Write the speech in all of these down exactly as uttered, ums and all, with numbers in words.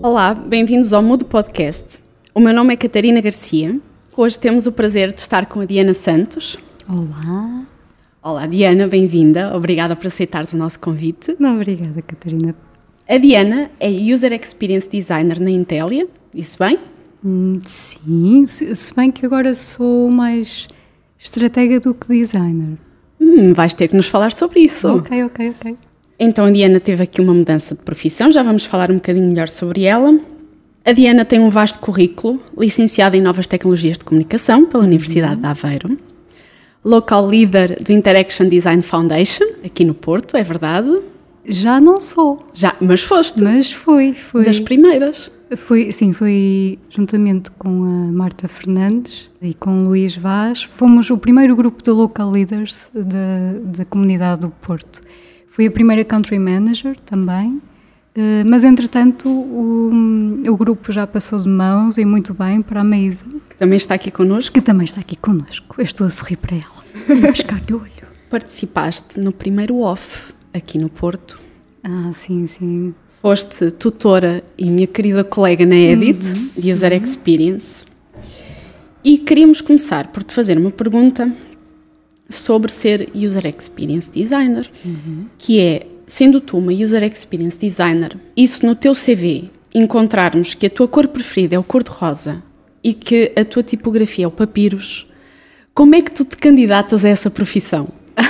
Olá, bem-vindos ao Mudo Podcast. O meu nome é Catarina Garcia. Hoje temos o prazer de estar com a Diana Santos. Olá. Olá, Diana, bem-vinda. Obrigada por aceitares o nosso convite. Não, obrigada, Catarina. A Diana é User Experience Designer na Intelia, disse bem? Hum, sim, se, se bem que agora sou mais estratega do que designer. Hum, vais ter que nos falar sobre isso. Ok, ok, ok. Então a Diana teve aqui uma mudança de profissão, já vamos falar um bocadinho melhor sobre ela. A Diana tem um vasto currículo, licenciada em Novas Tecnologias de Comunicação pela Universidade de Aveiro, Local Leader do Interaction Design Foundation, aqui no Porto, é verdade? Já não sou. Já, mas foste? Mas fui, fui. Das primeiras? Foi, sim, foi juntamente com a Marta Fernandes e com o Luís Vaz, fomos o primeiro grupo de Local Leaders da, da comunidade do Porto. Fui a primeira Country Manager também, mas entretanto o, o grupo já passou de mãos e muito bem para a Maísa. Que também está aqui connosco. Que também está aqui connosco. Eu estou a sorrir para ela e a pescar-lhe o olho. Participaste no primeiro off aqui no Porto. Ah, sim, sim. Foste tutora e minha querida colega na Edit, uhum, de User uhum. Experience. E queríamos começar por te fazer uma pergunta sobre ser User Experience Designer, uhum. que é, sendo tu uma User Experience Designer, e se no teu C V encontrarmos que a tua cor preferida é o cor-de-rosa e que a tua tipografia é o papiros, como é que tu te candidatas a essa profissão?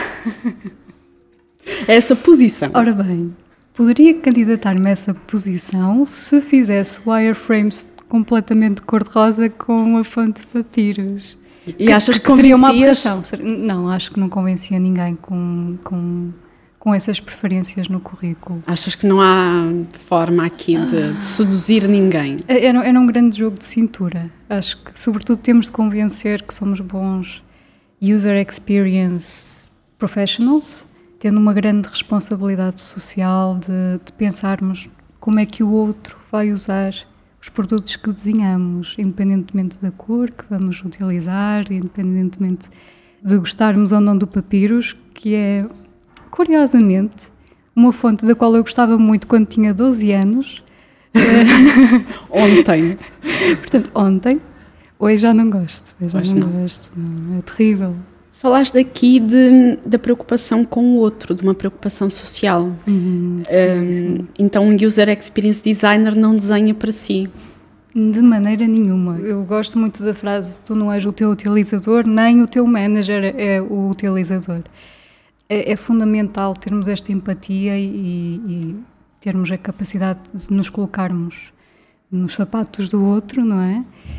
A essa posição? Ora bem, poderia candidatar-me a essa posição se fizesse wireframes completamente cor-de-rosa com a fonte de papiros. E que, achas que, que seria uma convencias? aberração? Não, acho que não convencia ninguém com, com, com essas preferências no currículo. Achas que não há forma aqui de, de seduzir ninguém? Era, era um grande jogo de cintura. Acho que, sobretudo, temos de convencer que somos bons user experience professionals, tendo uma grande responsabilidade social de, de pensarmos como é que o outro vai usar os produtos que desenhamos, independentemente da cor que vamos utilizar, independentemente de gostarmos ou não do papiros, que é, curiosamente, uma fonte da qual eu gostava muito quando tinha doze anos. Ontem. Portanto, ontem. Hoje já não gosto. Hoje Hoje já não, não gosto. Não, é terrível. Falaste aqui de, da preocupação com o outro, de uma preocupação social. Uhum, sim, um, sim. Então um User Experience Designer não desenha para si? De maneira nenhuma. Eu gosto muito da frase: tu não és o teu utilizador, nem o teu manager é o utilizador. É, é fundamental termos esta empatia e, e termos a capacidade de nos colocarmos nos sapatos do outro, não é?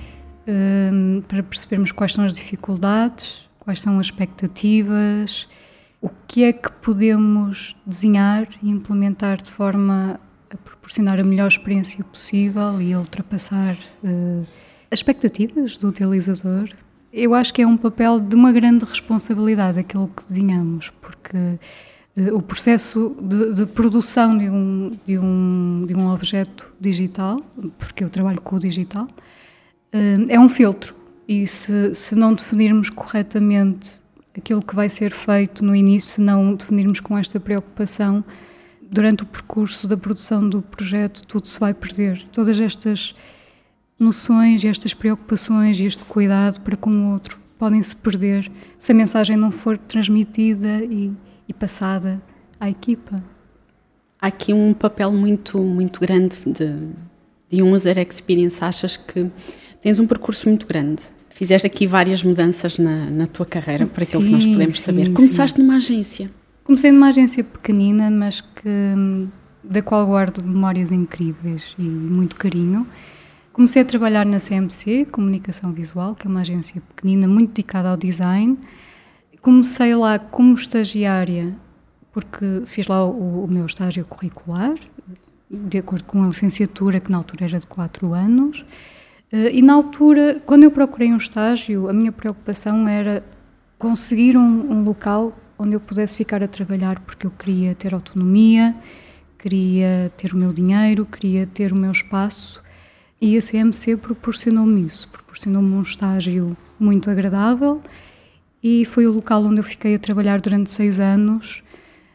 Um, para percebermos quais são as dificuldades, quais são as expectativas, o que é que podemos desenhar e implementar de forma a proporcionar a melhor experiência possível e a ultrapassar uh, as expectativas do utilizador. Eu acho que é um papel de uma grande responsabilidade aquilo que desenhamos, porque uh, o processo de, de produção de um, de, um, de um objeto digital, porque eu trabalho com o digital, uh, é um filtro. E se, se não definirmos corretamente aquilo que vai ser feito no início, se não definirmos com esta preocupação, durante o percurso da produção do projeto, tudo se vai perder. Todas estas noções, estas preocupações e este cuidado para com o outro podem se perder se a mensagem não for transmitida e, e passada à equipa. Há aqui um papel muito, muito grande de, de um User Experience. Achas que tens um percurso muito grande? Fizeste aqui várias mudanças na, na tua carreira, por aquilo sim, que nós podemos sim, saber. Começaste sim. numa agência. Comecei numa agência pequenina, mas que, da qual guardo memórias incríveis e muito carinho. Comecei a trabalhar na C M C, Comunicação Visual, que é uma agência pequenina, muito dedicada ao design. Comecei lá como estagiária, porque fiz lá o, o meu estágio curricular, de acordo com a licenciatura, que na altura era de quatro anos. E na altura, quando eu procurei um estágio, a minha preocupação era conseguir um, um local onde eu pudesse ficar a trabalhar, porque eu queria ter autonomia, queria ter o meu dinheiro, queria ter o meu espaço, e a C M C proporcionou-me isso, proporcionou-me um estágio muito agradável, e foi o local onde eu fiquei a trabalhar durante seis anos.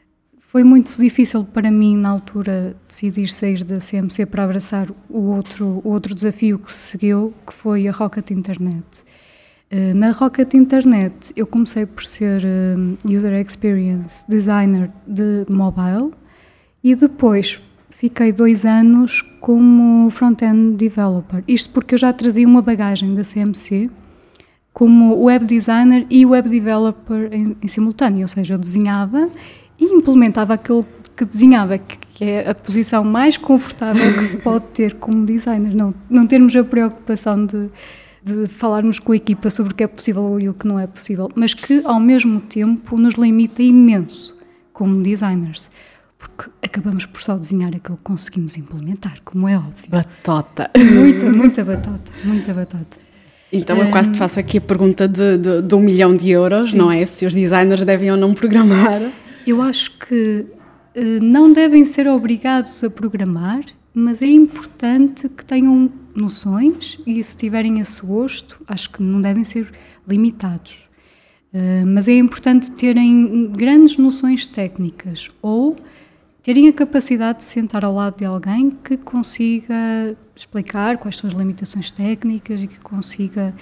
Foi muito difícil para mim, na altura, decidir sair da C M C para abraçar o outro, o outro desafio que se seguiu, que foi a Rocket Internet. Na Rocket Internet, eu comecei por ser User Experience Designer de mobile e depois fiquei dois anos como Front-End Developer. Isto porque eu já trazia uma bagagem da C M C como Web Designer e Web Developer em, em simultâneo, ou seja, eu desenhava e implementava aquilo que desenhava, que, que é a posição mais confortável que se pode ter como designer, não, não termos a preocupação de, de falarmos com a equipa sobre o que é possível e o que não é possível, mas que ao mesmo tempo nos limita imenso como designers, porque acabamos por só desenhar aquilo que conseguimos implementar, como é óbvio. Batota. Muita, muita batota, muita batota. Então eu quase te faço aqui a pergunta de, de, de um milhão de euros, sim, não é? Se os designers devem ou não programar. Eu acho que uh, não devem ser obrigados a programar, mas é importante que tenham noções e se tiverem esse gosto, acho que não devem ser limitados. Uh, mas é importante terem grandes noções técnicas ou terem a capacidade de sentar ao lado de alguém que consiga explicar quais são as limitações técnicas e que consiga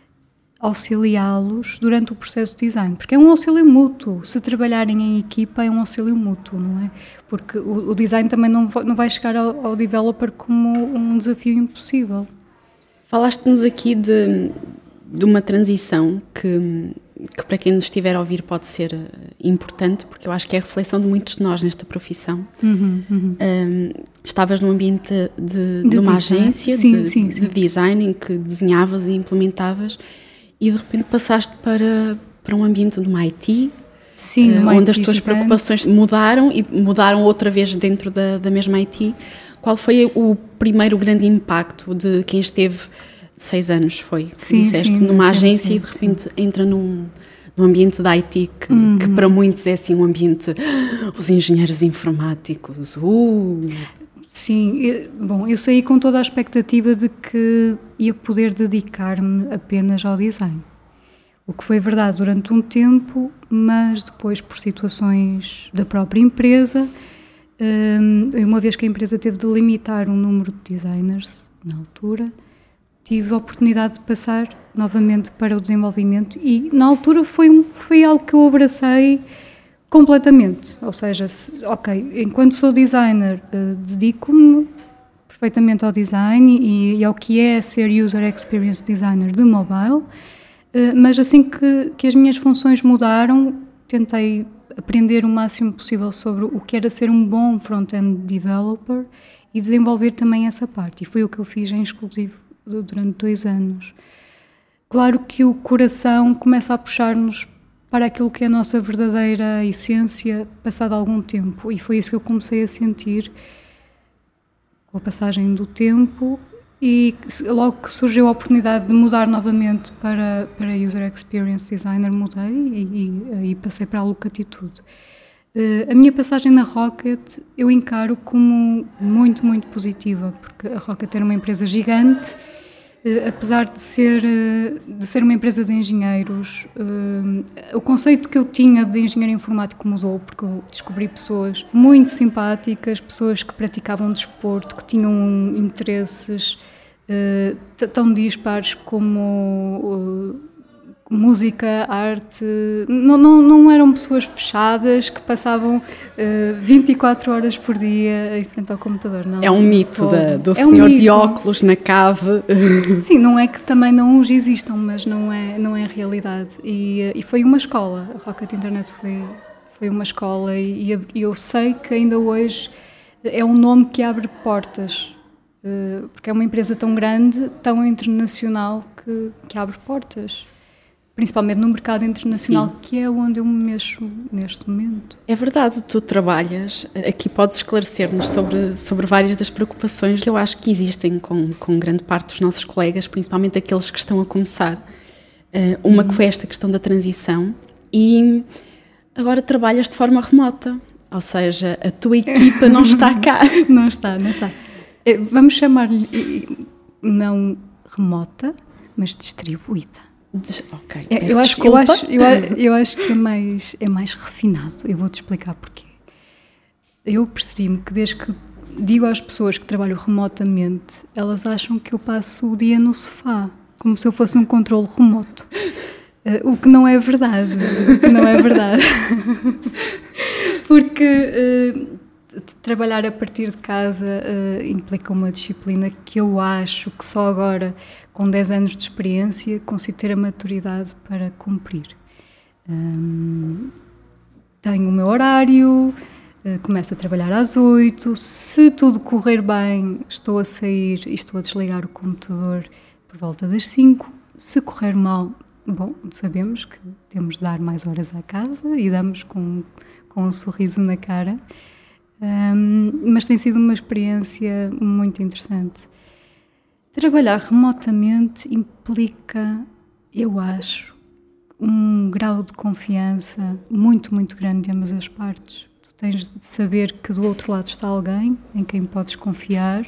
auxiliá-los durante o processo de design, porque é um auxílio mútuo. Se trabalharem em equipa é um auxílio mútuo, não é? Porque o, o design também não vai, não vai chegar ao, ao developer como um desafio impossível. Falaste-nos aqui de, de uma transição que, que para quem nos estiver a ouvir pode ser importante, porque eu acho que é a reflexão de muitos de nós nesta profissão. Uhum, uhum. Um, estavas num ambiente de, de, de uma design. agência sim, de, sim, de sim. design em que desenhavas e implementavas e de repente passaste para, para um ambiente de uma I T, sim, uh, onde I T as tuas gigante. preocupações mudaram e mudaram outra vez dentro da, da mesma I T. Qual foi o primeiro grande impacto de quem esteve seis anos, foi, que sim, disseste, sim, numa sim, agência sim, e de repente sim. entra num, num ambiente da I T que, uhum. que para muitos é assim um ambiente, os engenheiros informáticos, uh... Sim, eu, bom, eu saí com toda a expectativa de que ia poder dedicar-me apenas ao design, o que foi verdade durante um tempo, mas depois por situações da própria empresa, um, uma vez que a empresa teve de limitar o número de designers na altura, tive a oportunidade de passar novamente para o desenvolvimento e na altura foi, foi algo que eu abracei completamente, ou seja, se, ok, enquanto sou designer, uh, dedico-me perfeitamente ao design e, e ao que é ser User Experience Designer de mobile, uh, mas assim que, que as minhas funções mudaram, tentei aprender o máximo possível sobre o que era ser um bom front-end developer e desenvolver também essa parte, e foi o que eu fiz em exclusivo durante dois anos. Claro que o coração começa a puxar-nos para aquilo que é a nossa verdadeira essência passado algum tempo, e foi isso que eu comecei a sentir com a passagem do tempo e logo que surgiu a oportunidade de mudar novamente para, para User Experience Designer, mudei e, e aí passei para a Look-Atitude. Uh, a minha passagem na Rocket eu encaro como muito, muito positiva, porque a Rocket era uma empresa gigante. Uh, apesar de ser, uh, de ser uma empresa de engenheiros, uh, o conceito que eu tinha de engenheiro informático mudou, porque eu descobri pessoas muito simpáticas, pessoas que praticavam desporto, que tinham interesses uh, t- tão dispares como uh, música, arte. Não, não, não eram pessoas fechadas que passavam uh, vinte e quatro horas por dia em frente ao computador. Não, é um mito da, do é senhor um de mito. óculos na cave. Sim, não é que também não os existam, mas não é, não é a realidade. E, e foi uma escola, a Rocket Internet foi, foi uma escola e, e eu sei que ainda hoje é um nome que abre portas, uh, porque é uma empresa tão grande, tão internacional, que, que abre portas. Principalmente no mercado internacional, sim, que é onde eu me mexo neste momento. É verdade, tu trabalhas, aqui podes esclarecer-nos sobre, sobre várias das preocupações que eu acho que existem com, com grande parte dos nossos colegas, principalmente aqueles que estão a começar. Uma que foi esta questão da transição e agora trabalhas de forma remota, ou seja, a tua equipa não está cá. Não está, não está. Vamos chamar-lhe não remota, mas distribuída. Ok, eu acho, eu, acho, eu, eu acho que é mais, é mais refinado. Eu vou-te explicar porquê. eu percebi-me que desde que digo às pessoas que trabalho remotamente, elas acham que eu passo o dia no sofá, como se eu fosse um controle remoto. Uh, o que não é verdade. O que não é verdade. Porque uh, trabalhar a partir de casa uh, implica uma disciplina que eu acho que só agora, com dez anos de experiência, consigo ter a maturidade para cumprir. Um, tenho o meu horário, uh, começo a trabalhar às oito, se tudo correr bem, estou a sair e estou a desligar o computador por volta das cinco. Se correr mal, bom, sabemos que temos de dar mais horas à casa e damos com, com um sorriso na cara, um, mas tem sido uma experiência muito interessante. Trabalhar remotamente implica, eu acho, um grau de confiança muito, muito grande de ambas as partes. Tu tens de saber que do outro lado está alguém em quem podes confiar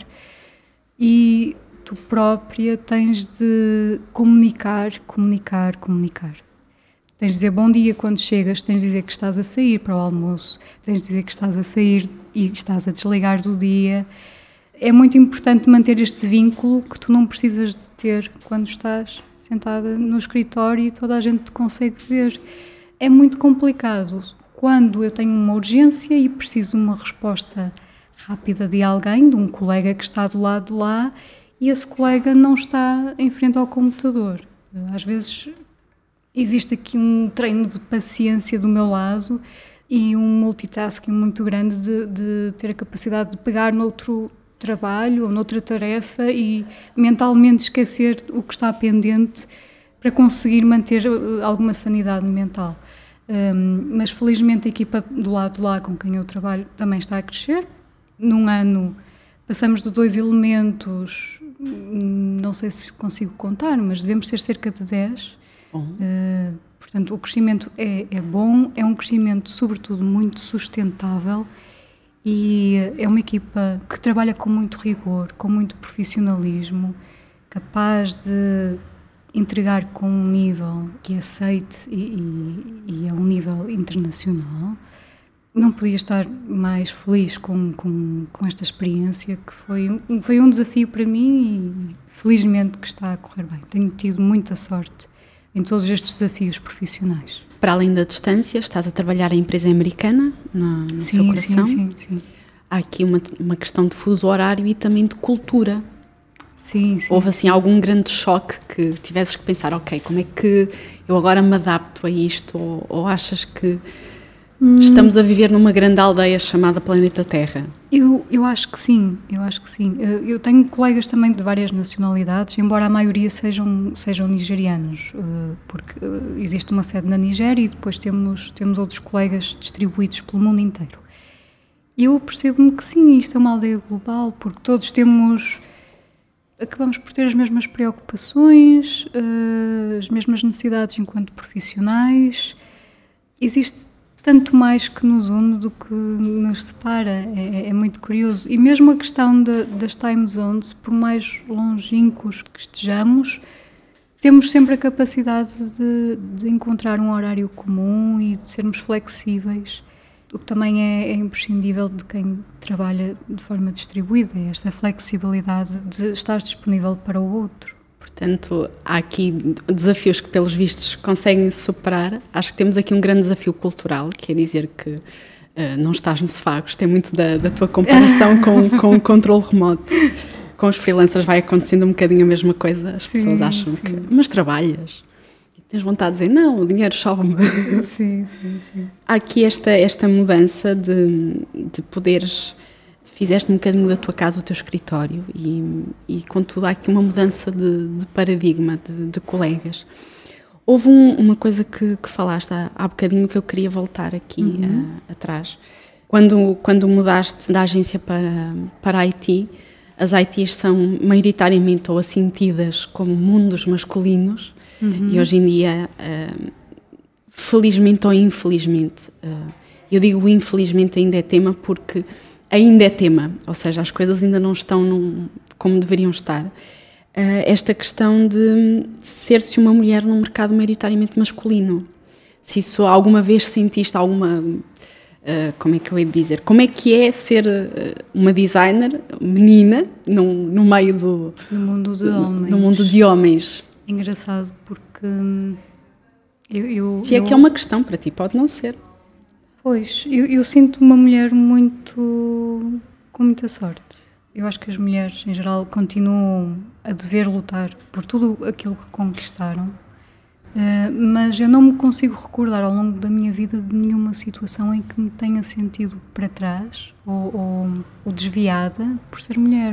e tu própria tens de comunicar, comunicar, comunicar. Tens de dizer bom dia quando chegas, tens de dizer que estás a sair para o almoço, tens de dizer que estás a sair e estás a desligar do dia. É muito importante manter este vínculo que tu não precisas de ter quando estás sentada no escritório e toda a gente te consegue ver. É muito complicado quando eu tenho uma urgência e preciso de uma resposta rápida de alguém, de um colega que está do lado de lá, e esse colega não está em frente ao computador. Às vezes existe aqui um treino de paciência do meu lado e um multitasking muito grande de, de ter a capacidade de pegar noutro trabalho ou noutra tarefa e mentalmente esquecer o que está pendente para conseguir manter alguma sanidade mental. Um, mas felizmente a equipa do lado de lá com quem eu trabalho também está a crescer. Num ano passamos de dois elementos, não sei se consigo contar, mas devemos ser cerca de dez. Uh, portanto, o crescimento é, é bom, é um crescimento sobretudo muito sustentável e é uma equipa que trabalha com muito rigor, com muito profissionalismo, capaz de entregar com um nível que é aceite e, e, e é um nível internacional. Não podia estar mais feliz com, com, com esta experiência, que foi um, foi um desafio para mim e felizmente que está a correr bem. Tenho tido muita sorte em todos estes desafios profissionais. Para além da distância, estás a trabalhar em empresa americana, no, no sim, seu coração? Sim, sim, sim. Há aqui uma, uma questão de fuso horário e também de cultura. Sim, sim. Houve assim algum grande choque que tivesses que pensar, ok, como é que eu agora me adapto a isto? Ou, ou achas que hum. estamos a viver numa grande aldeia chamada Planeta Terra? Eu, eu acho que sim, eu acho que sim. Eu tenho colegas também de várias nacionalidades, embora a maioria sejam, sejam nigerianos, porque existe uma sede na Nigéria e depois temos, temos outros colegas distribuídos pelo mundo inteiro. E eu percebo-me que sim, isto é uma aldeia global, porque todos temos... acabamos por ter as mesmas preocupações, as mesmas necessidades enquanto profissionais. Existe tanto mais que nos une do que nos separa, é, é muito curioso. E mesmo a questão de, das time zones, por mais longínquos que estejamos, temos sempre a capacidade de, de encontrar um horário comum e de sermos flexíveis, o que também é, é imprescindível de quem trabalha de forma distribuída, é esta flexibilidade de estar disponível para o outro. Portanto, há aqui desafios que, pelos vistos, conseguem superar. Acho que temos aqui um grande desafio cultural, que é dizer que uh, não estás no sofá. Gostei muito da, da tua comparação com, com o controle remoto. Com os freelancers vai acontecendo um bocadinho a mesma coisa. As sim, pessoas acham sim. que... Mas trabalhas. E tens vontade de dizer, não, o dinheiro chove-me. Sim, sim, sim. Há aqui esta, esta mudança de, de poderes... Fizeste um bocadinho da tua casa o teu escritório e, e contudo, há aqui uma mudança de, de paradigma, de, de colegas. Houve um, uma coisa que, que falaste há, há bocadinho que eu queria voltar aqui uhum. a, atrás. Quando, quando mudaste da agência para, para a I T, as I Ts são maioritariamente ou assim tidas como mundos masculinos uhum. e hoje em dia, uh, felizmente ou infelizmente, uh, eu digo infelizmente ainda é tema porque ainda é tema, ou seja, as coisas ainda não estão num, como deveriam estar. Uh, esta questão de ser-se uma mulher num mercado maioritariamente masculino. Se isso alguma vez sentiste alguma uh, como é que eu hei de dizer, como é que é ser uh, uma designer, menina, num, no meio do... No mundo de homens. No mundo de homens. Engraçado, porque eu... eu Se é eu, que é uma questão para ti, pode não ser. Pois, eu, eu sinto uma mulher muito... com muita sorte. Eu acho que as mulheres, em geral, continuam a dever lutar por tudo aquilo que conquistaram, uh, mas eu não me consigo recordar ao longo da minha vida de nenhuma situação em que me tenha sentido para trás ou, ou, ou desviada por ser mulher.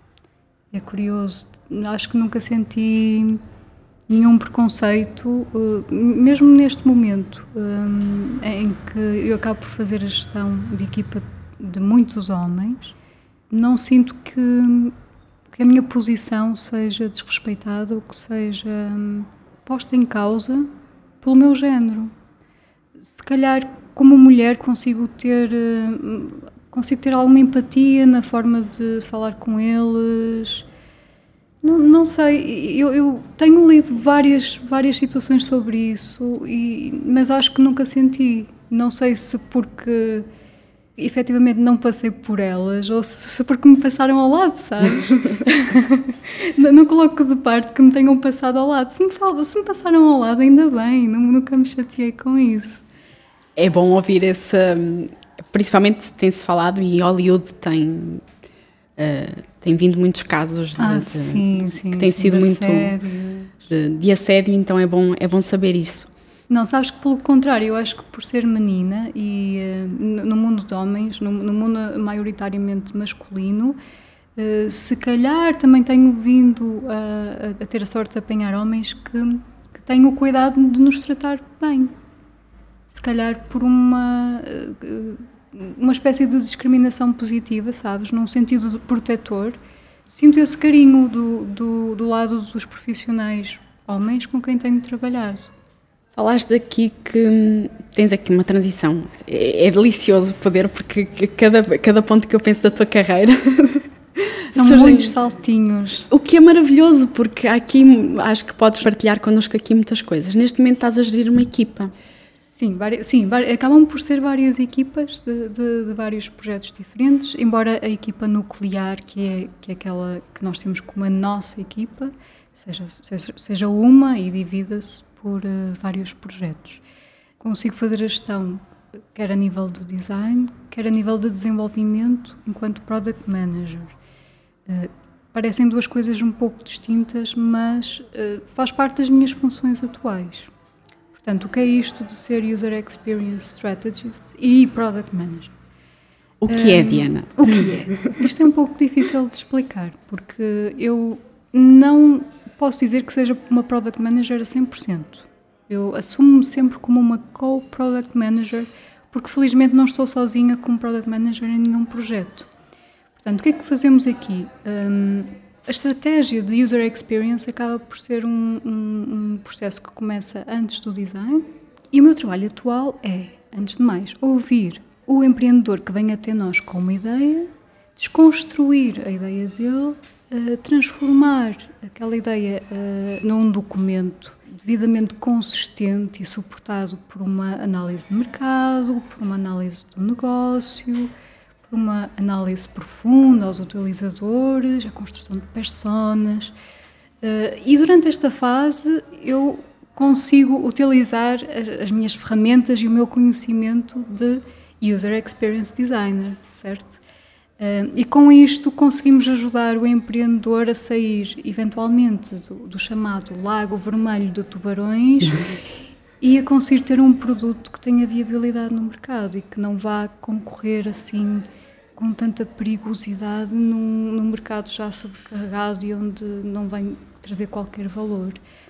É curioso, acho que nunca senti nenhum preconceito, uh, mesmo neste momento um, em que eu acabo por fazer a gestão de equipa de muitos homens. Não sinto que, que a minha posição seja desrespeitada ou que seja hum, posta em causa pelo meu género. Se calhar, como mulher, consigo ter, hum, consigo ter alguma empatia na forma de falar com eles. Não, não sei, eu, eu tenho lido várias, várias situações sobre isso, e, mas acho que nunca senti. Não sei se porque... efetivamente não passei por elas, ou se porque me passaram ao lado, sabes? não, não coloco de parte que me tenham passado ao lado. Se me, falo, se me passaram ao lado, ainda bem, não, nunca me chateei com isso. É bom ouvir essa... Principalmente tem-se falado, e Hollywood tem, uh, tem vindo muitos casos de, ah, de, sim, sim, que têm sim, sido de muito de, de assédio, então é bom, é bom saber isso. Não, sabes que pelo contrário, eu acho que por ser menina e uh, no mundo de homens, no, no mundo maioritariamente masculino, uh, se calhar também tenho vindo a, a ter a sorte de apanhar homens que, que têm o cuidado de nos tratar bem. Se calhar por uma, uh, uma espécie de discriminação positiva, sabes, num sentido de protetor. Sinto esse carinho do, do, do lado dos profissionais homens com quem tenho trabalhado. Falaste aqui que tens aqui uma transição. É, é delicioso poder, porque cada, cada ponto que eu penso da tua carreira... São muitos saltinhos. O que é maravilhoso, porque aqui acho que podes partilhar connosco aqui muitas coisas. Neste momento estás a gerir uma equipa. Sim, várias, sim acabam por ser várias equipas de, de, de vários projetos diferentes, embora a equipa nuclear, que é, que é aquela que nós temos como a nossa equipa, seja, seja, seja uma e divida-se por uh, vários projetos. Consigo fazer a gestão quer a nível de design, quer a nível de desenvolvimento enquanto Product Manager. Uh, parecem duas coisas um pouco distintas, mas uh, faz parte das minhas funções atuais. Portanto, o que é isto de ser User Experience Strategist e Product Manager? O que um, é, Diana? O que é? Isto é um pouco difícil de explicar, porque eu não... posso dizer que seja uma Product Manager a cem por cento. Eu assumo-me sempre como uma co-Product Manager, porque felizmente não estou sozinha como Product Manager em nenhum projeto. Portanto, o que é que fazemos aqui? Um, a estratégia de User Experience acaba por ser um, um, um processo que começa antes do design, e o meu trabalho atual é, antes de mais, ouvir o empreendedor que vem até nós com uma ideia, desconstruir a ideia dele, Uh, transformar aquela ideia uh, num documento devidamente consistente e suportado por uma análise de mercado, por uma análise do negócio, por uma análise profunda aos utilizadores, a construção de personas. Uh, e durante esta fase eu consigo utilizar as, as minhas ferramentas e o meu conhecimento de User Experience Designer, certo? Uh, e com isto conseguimos ajudar o empreendedor a sair eventualmente do, do chamado lago vermelho de tubarões e a conseguir ter um produto que tenha viabilidade no mercado e que não vá concorrer assim com tanta perigosidade num, num mercado já sobrecarregado e onde não vem trazer qualquer valor.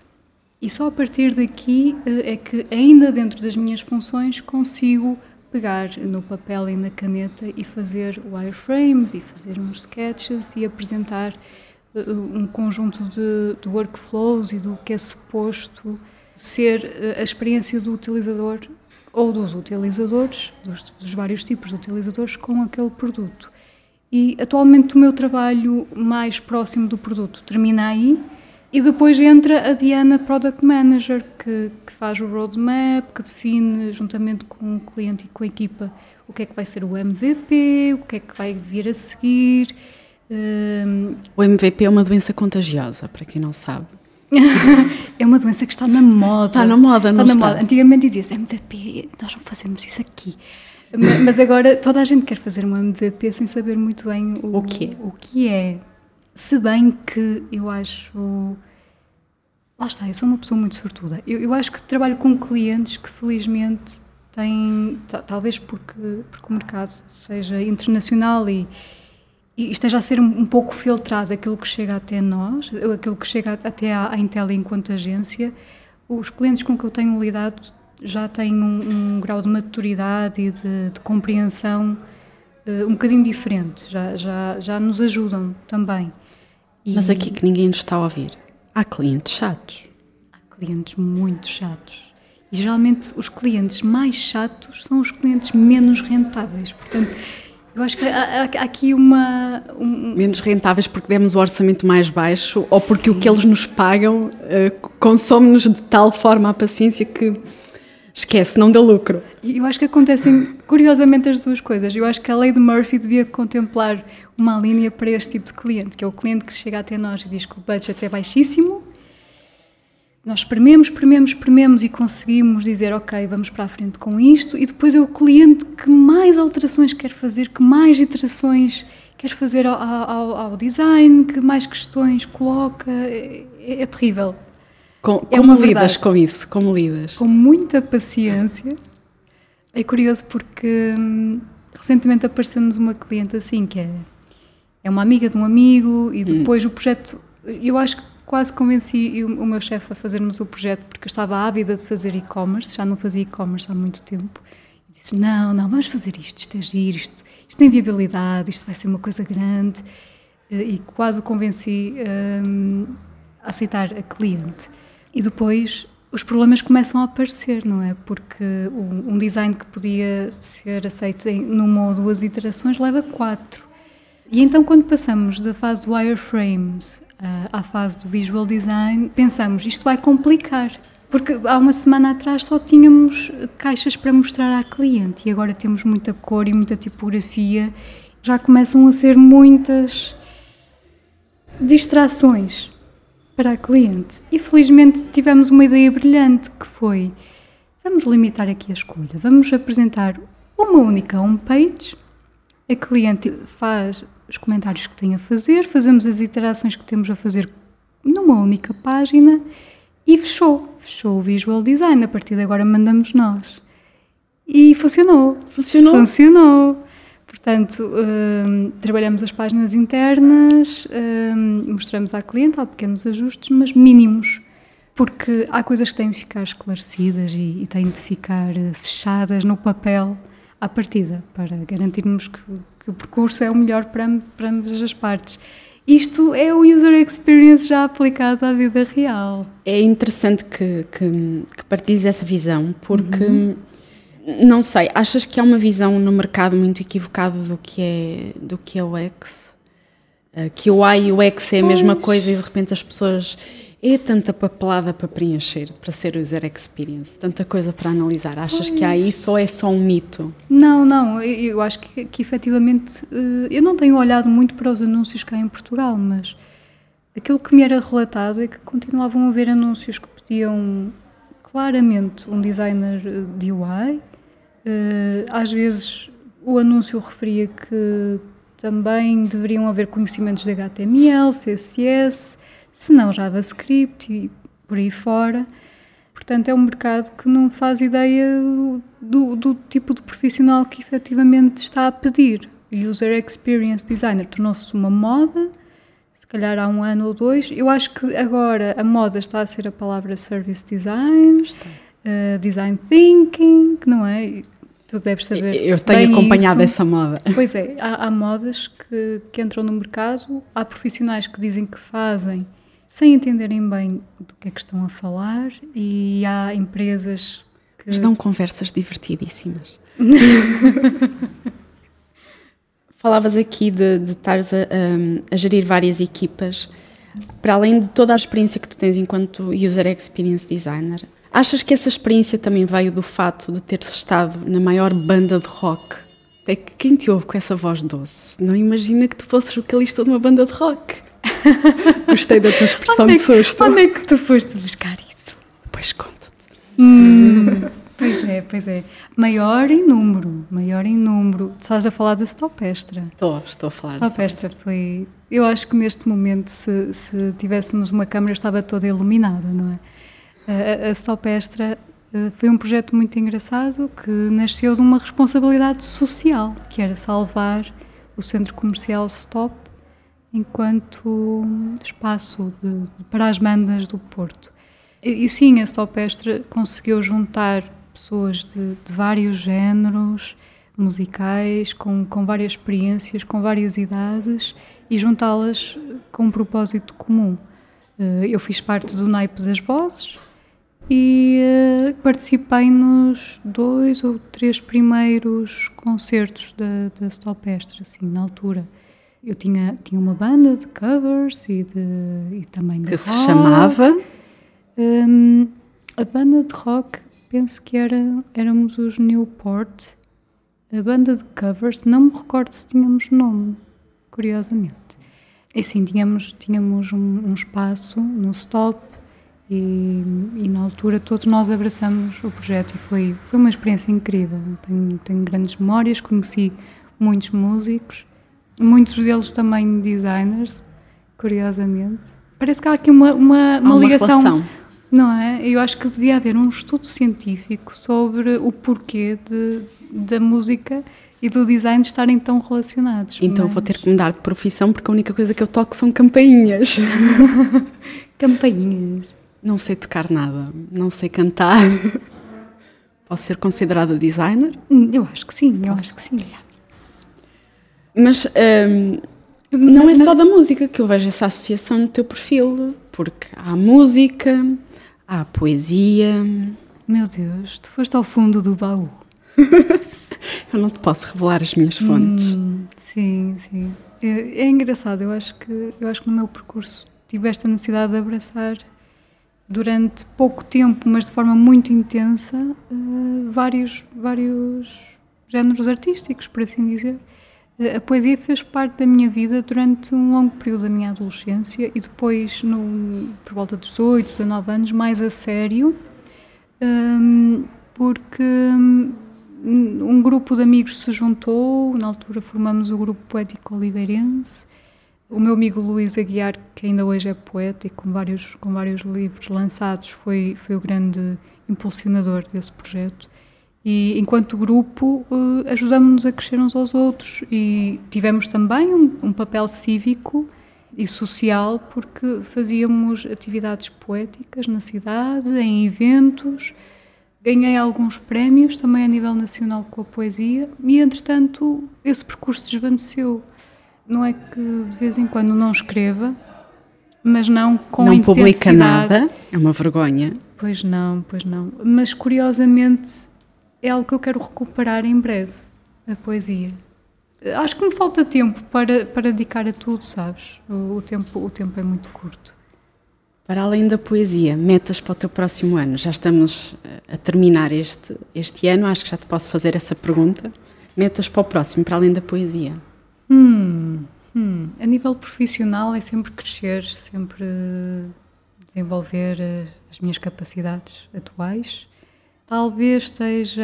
E só a partir daqui uh, é que, ainda dentro das minhas funções, consigo pegar no papel e na caneta e fazer wireframes e fazer uns sketches e apresentar uh, um conjunto de, de workflows e do que é suposto ser uh, a experiência do utilizador ou dos utilizadores, dos, dos vários tipos de utilizadores com aquele produto. E atualmente o meu trabalho mais próximo do produto termina aí, E depois entra a Diana Product Manager, que, que faz o roadmap, que define juntamente com o cliente e com a equipa o que é que vai ser o M V P, o que é que vai vir a seguir. Um... O M V P é uma doença contagiosa, para quem não sabe. É uma doença que está na moda. Está na moda, não está? está? Na moda. Antigamente dizia-se M V P, nós não fazemos isso aqui. Mas agora toda a gente quer fazer um M V P sem saber muito bem o, o, que, é. o que é. Se bem que eu acho... Lá está, eu sou uma pessoa muito sortuda. Eu, eu acho que trabalho com clientes que felizmente têm, t- talvez porque, porque o mercado seja internacional e, e esteja a ser um, um pouco filtrado aquilo que chega até nós, aquilo que chega até à, à Intel enquanto agência. Os clientes com que eu tenho lidado já têm um, um grau de maturidade e de, de compreensão uh, um bocadinho diferente, já, já, já nos ajudam também. E mas aqui que ninguém nos está a ouvir, há clientes chatos. Há clientes muito chatos. E geralmente os clientes mais chatos são os clientes menos rentáveis. Portanto, eu acho que há, há, há aqui uma... Um... Menos rentáveis porque demos o orçamento mais baixo ou porque Sim. o que eles nos pagam uh, consome-nos de tal forma a paciência que esquece, não dá lucro. Eu acho que acontecem curiosamente as duas coisas. Eu acho que a lei de Murphy devia contemplar uma linha para este tipo de cliente, que é o cliente que chega até nós e diz que o budget é baixíssimo. Nós esprememos, esprememos, esprememos e conseguimos dizer, ok, vamos para a frente com isto. E depois é o cliente que mais alterações quer fazer, que mais iterações quer fazer ao, ao, ao design, que mais questões coloca. É, é, é terrível. Com, é como uma lidas verdade. com isso? Como lidas? Com muita paciência. É curioso porque hum, recentemente apareceu-nos uma cliente assim, que é, é uma amiga de um amigo e depois hum. o projeto, eu acho que quase convenci o, o meu chefe a fazermos o projeto porque eu estava ávida de fazer e-commerce, já não fazia e-commerce há muito tempo. E disse, não, não, vamos fazer isto, isto é giro, isto, isto tem viabilidade, isto vai ser uma coisa grande. E quase o convenci hum, a aceitar a cliente. E depois os problemas começam a aparecer, não é? Porque um, um design que podia ser aceito em numa ou duas iterações leva quatro. E então quando passamos da fase do wireframes uh, à fase do visual design, pensamos, isto vai complicar. Porque há uma semana atrás só tínhamos caixas para mostrar à cliente e agora temos muita cor e muita tipografia. Já começam a ser muitas distrações para a cliente. E felizmente tivemos uma ideia brilhante que foi, vamos limitar aqui a escolha, vamos apresentar uma única homepage, a cliente faz os comentários que tem a fazer, fazemos as iterações que temos a fazer numa única página e fechou, fechou o visual design, a partir de agora mandamos nós. E funcionou. Funcionou? Funcionou. Portanto, um, trabalhamos as páginas internas, um, mostramos à cliente, há pequenos ajustes, mas mínimos, porque há coisas que têm de ficar esclarecidas e, e têm de ficar fechadas no papel à partida, para garantirmos que, que o percurso é o melhor para, para ambas as partes. Isto é o user experience já aplicado à vida real. É interessante que, que, que partilhes essa visão, porque... Uhum. Não sei, achas que há uma visão no mercado muito equivocada do que é, do que é o U X? Uh, que o U I e o U X é a mesma pois. coisa e de repente as pessoas... É tanta papelada para preencher, para ser user experience, tanta coisa para analisar. Achas pois. que há isso ou é só um mito? Não, não, eu, eu acho que, que efetivamente... Uh, eu não tenho olhado muito para os anúncios cá em Portugal, mas aquilo que me era relatado é que continuavam a haver anúncios que pediam claramente um designer de U I. Uh, às vezes o anúncio referia que também deveriam haver conhecimentos de H T M L, C S S, se não JavaScript e por aí fora. Portanto, é um mercado que não faz ideia do, do tipo de profissional que efetivamente está a pedir. O User Experience Designer tornou-se uma moda, se calhar há um ano ou dois. Eu acho que agora a moda está a ser a palavra Service Design, uh, Design Thinking, que não é... Tu deves saber. Eu tenho acompanhado isso. Essa moda. Pois é, há, há modas que, que entram no mercado, há profissionais que dizem que fazem sem entenderem bem do que é que estão a falar e há empresas que... Mas dão conversas divertidíssimas. Falavas aqui de, de estares a, a, a gerir várias equipas. Para além de toda a experiência que tu tens enquanto User Experience Designer, achas que essa experiência também veio do fato de teres estado na maior banda de rock? É que quem te ouve com essa voz doce não imagina que tu fosses vocalista de uma banda de rock. Gostei da tua expressão de susto. Onde é que tu foste buscar isso? Depois conta-te. Hum, pois é, pois é. Maior em número, maior em número. Tu estás a falar da Stopestra. Estou, estou a falar da Stopestra. Foi... Eu acho que neste momento, se, se tivéssemos uma câmara, estava toda iluminada, não é? A, a Stopestra foi um projeto muito engraçado que nasceu de uma responsabilidade social, que era salvar o centro comercial Stop enquanto espaço de, de, para as bandas do Porto. E, e sim, a Stopestra conseguiu juntar pessoas de, de vários géneros musicais, com, com várias experiências, com várias idades, e juntá-las com um propósito comum. Eu fiz parte do naipe das vozes e uh, participei nos dois ou três primeiros concertos da, da Stopestra, assim, na altura. Eu tinha, tinha uma banda de covers e, de, e também de que rock. Que se chamava? Um, a banda de rock, penso que era, éramos os Newport. A banda de covers, não me recordo se tínhamos nome, curiosamente. E sim, tínhamos, tínhamos um, um espaço no Stop e, e na altura todos nós abraçamos o projeto e foi, foi uma experiência incrível. Tenho, tenho grandes memórias, conheci muitos músicos, muitos deles também designers, curiosamente. Parece que há aqui uma, uma, uma, uma ligação, relação. Não é? Eu acho que devia haver um estudo científico sobre o porquê de, da música e do design estarem tão relacionados. Então mas... vou ter que mudar de profissão porque a única coisa que eu toco são campainhas. Campainhas. Não sei tocar nada, não sei cantar. Posso ser considerada designer? Eu acho que sim, eu Posso. acho que sim. Mas hum, não é só da música que eu vejo essa associação no teu perfil, porque há música, há poesia. Meu Deus, tu foste ao fundo do baú. Eu não te posso revelar as minhas fontes. Hum, sim, sim. É, é engraçado, eu acho, que, eu acho que no meu percurso tive esta necessidade de abraçar durante pouco tempo, mas de forma muito intensa, uh, vários, vários géneros artísticos, por assim dizer. A poesia fez parte da minha vida durante um longo período da minha adolescência e depois, no, por volta dos dezoito, dezanove anos, mais a sério, um, porque um grupo de amigos se juntou, na altura formamos o grupo Poético Oliveirense. O meu amigo Luís Aguiar, que ainda hoje é poeta e com vários, com vários livros lançados, foi, foi o grande impulsionador desse projeto. E, enquanto grupo, uh, ajudamos-nos a crescer uns aos outros e tivemos também um, um papel cívico e social porque fazíamos atividades poéticas na cidade, em eventos. Ganhei alguns prémios também a nível nacional com a poesia e, entretanto, esse percurso desvaneceu. Não é que de vez em quando não escreva, mas não com não intensidade. Não publica nada, é uma vergonha. Pois não, pois não. Mas, curiosamente, é algo que eu quero recuperar em breve, a poesia. Acho que me falta tempo para, para dedicar a tudo, sabes? O, o, tempo, o tempo é muito curto. Para além da poesia, metas para o teu próximo ano? Já estamos a terminar este, este ano, acho que já te posso fazer essa pergunta. Metas para o próximo, para além da poesia? Hum, hum. A nível profissional é sempre crescer, sempre desenvolver as minhas capacidades atuais. Talvez esteja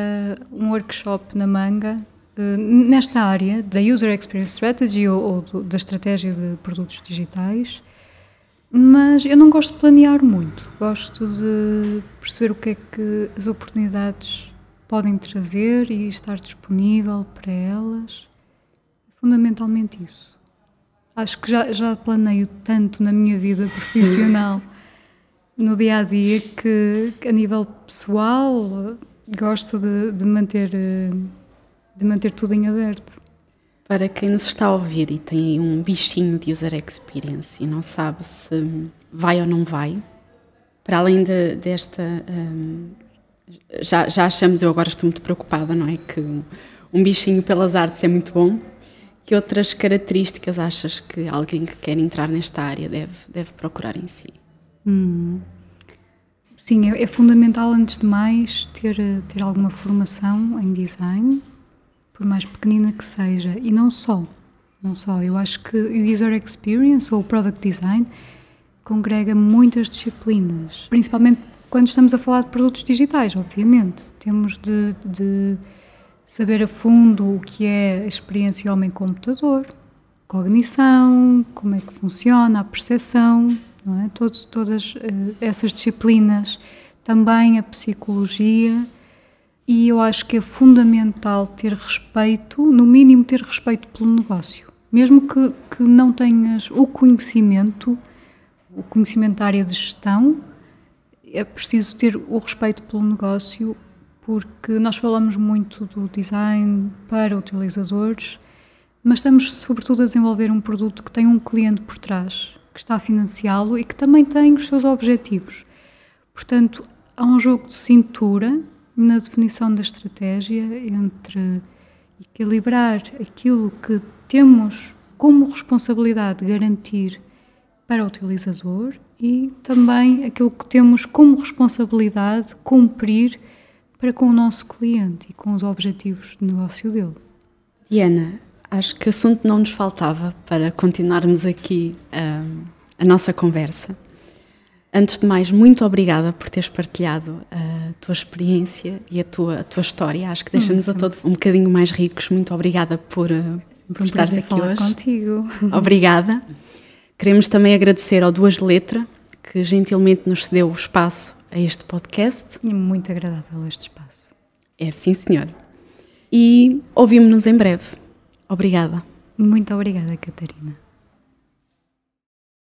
um workshop na manga uh, nesta área da User Experience Strategy ou, ou do, da estratégia de produtos digitais, mas eu não gosto de planear muito, gosto de perceber o que é que as oportunidades podem trazer e estar disponível para elas, fundamentalmente isso. Acho que já, já planeio tanto na minha vida profissional no dia-a-dia que, que a nível pessoal gosto de, de, manter, de manter tudo em aberto. Para quem nos está a ouvir e tem aí um bichinho de user experience e não sabe se vai ou não vai, para além de, desta... Um, já, já achamos, eu agora estou muito preocupada, não é? Que um bichinho pelas artes é muito bom Que outras características achas que alguém que quer entrar nesta área deve, deve procurar em si? Hum. Sim, é, é fundamental, antes de mais, ter, ter alguma formação em design, por mais pequenina que seja. E não só. Não só. Eu acho que o User Experience ou o Product Design congrega muitas disciplinas, principalmente quando estamos a falar de produtos digitais, obviamente. Temos de, de saber a fundo o que é a experiência homem-computador, cognição, como é que funciona, a percepção, não é? Todo, todas uh, essas disciplinas, também a psicologia, e eu acho que é fundamental ter respeito, no mínimo ter respeito pelo negócio. Mesmo que, que não tenhas o conhecimento, o conhecimento da área de gestão, é preciso ter o respeito pelo negócio, porque nós falamos muito do design para utilizadores, mas estamos sobretudo a desenvolver um produto que tem um cliente por trás, que está a financiá-lo e que também tem os seus objetivos. Portanto, há um jogo de cintura na definição da estratégia entre equilibrar aquilo que temos como responsabilidade de garantir para o utilizador e também aquilo que temos como responsabilidade de cumprir para com o nosso cliente e com os objetivos de negócio dele. Diana, acho que assunto não nos faltava para continuarmos aqui um, a nossa conversa. Antes de mais, muito obrigada por teres partilhado a tua experiência e a tua, a tua história. Acho que deixa-nos hum, a todos um bocadinho mais ricos. Muito obrigada por, por estares aqui falar hoje. Contigo. Obrigada. Queremos também agradecer ao Duas Letra, que gentilmente nos cedeu o espaço a este podcast. É muito agradável este espaço. É, sim, senhor. E ouvimos-nos em breve. Obrigada. Muito obrigada, Catarina.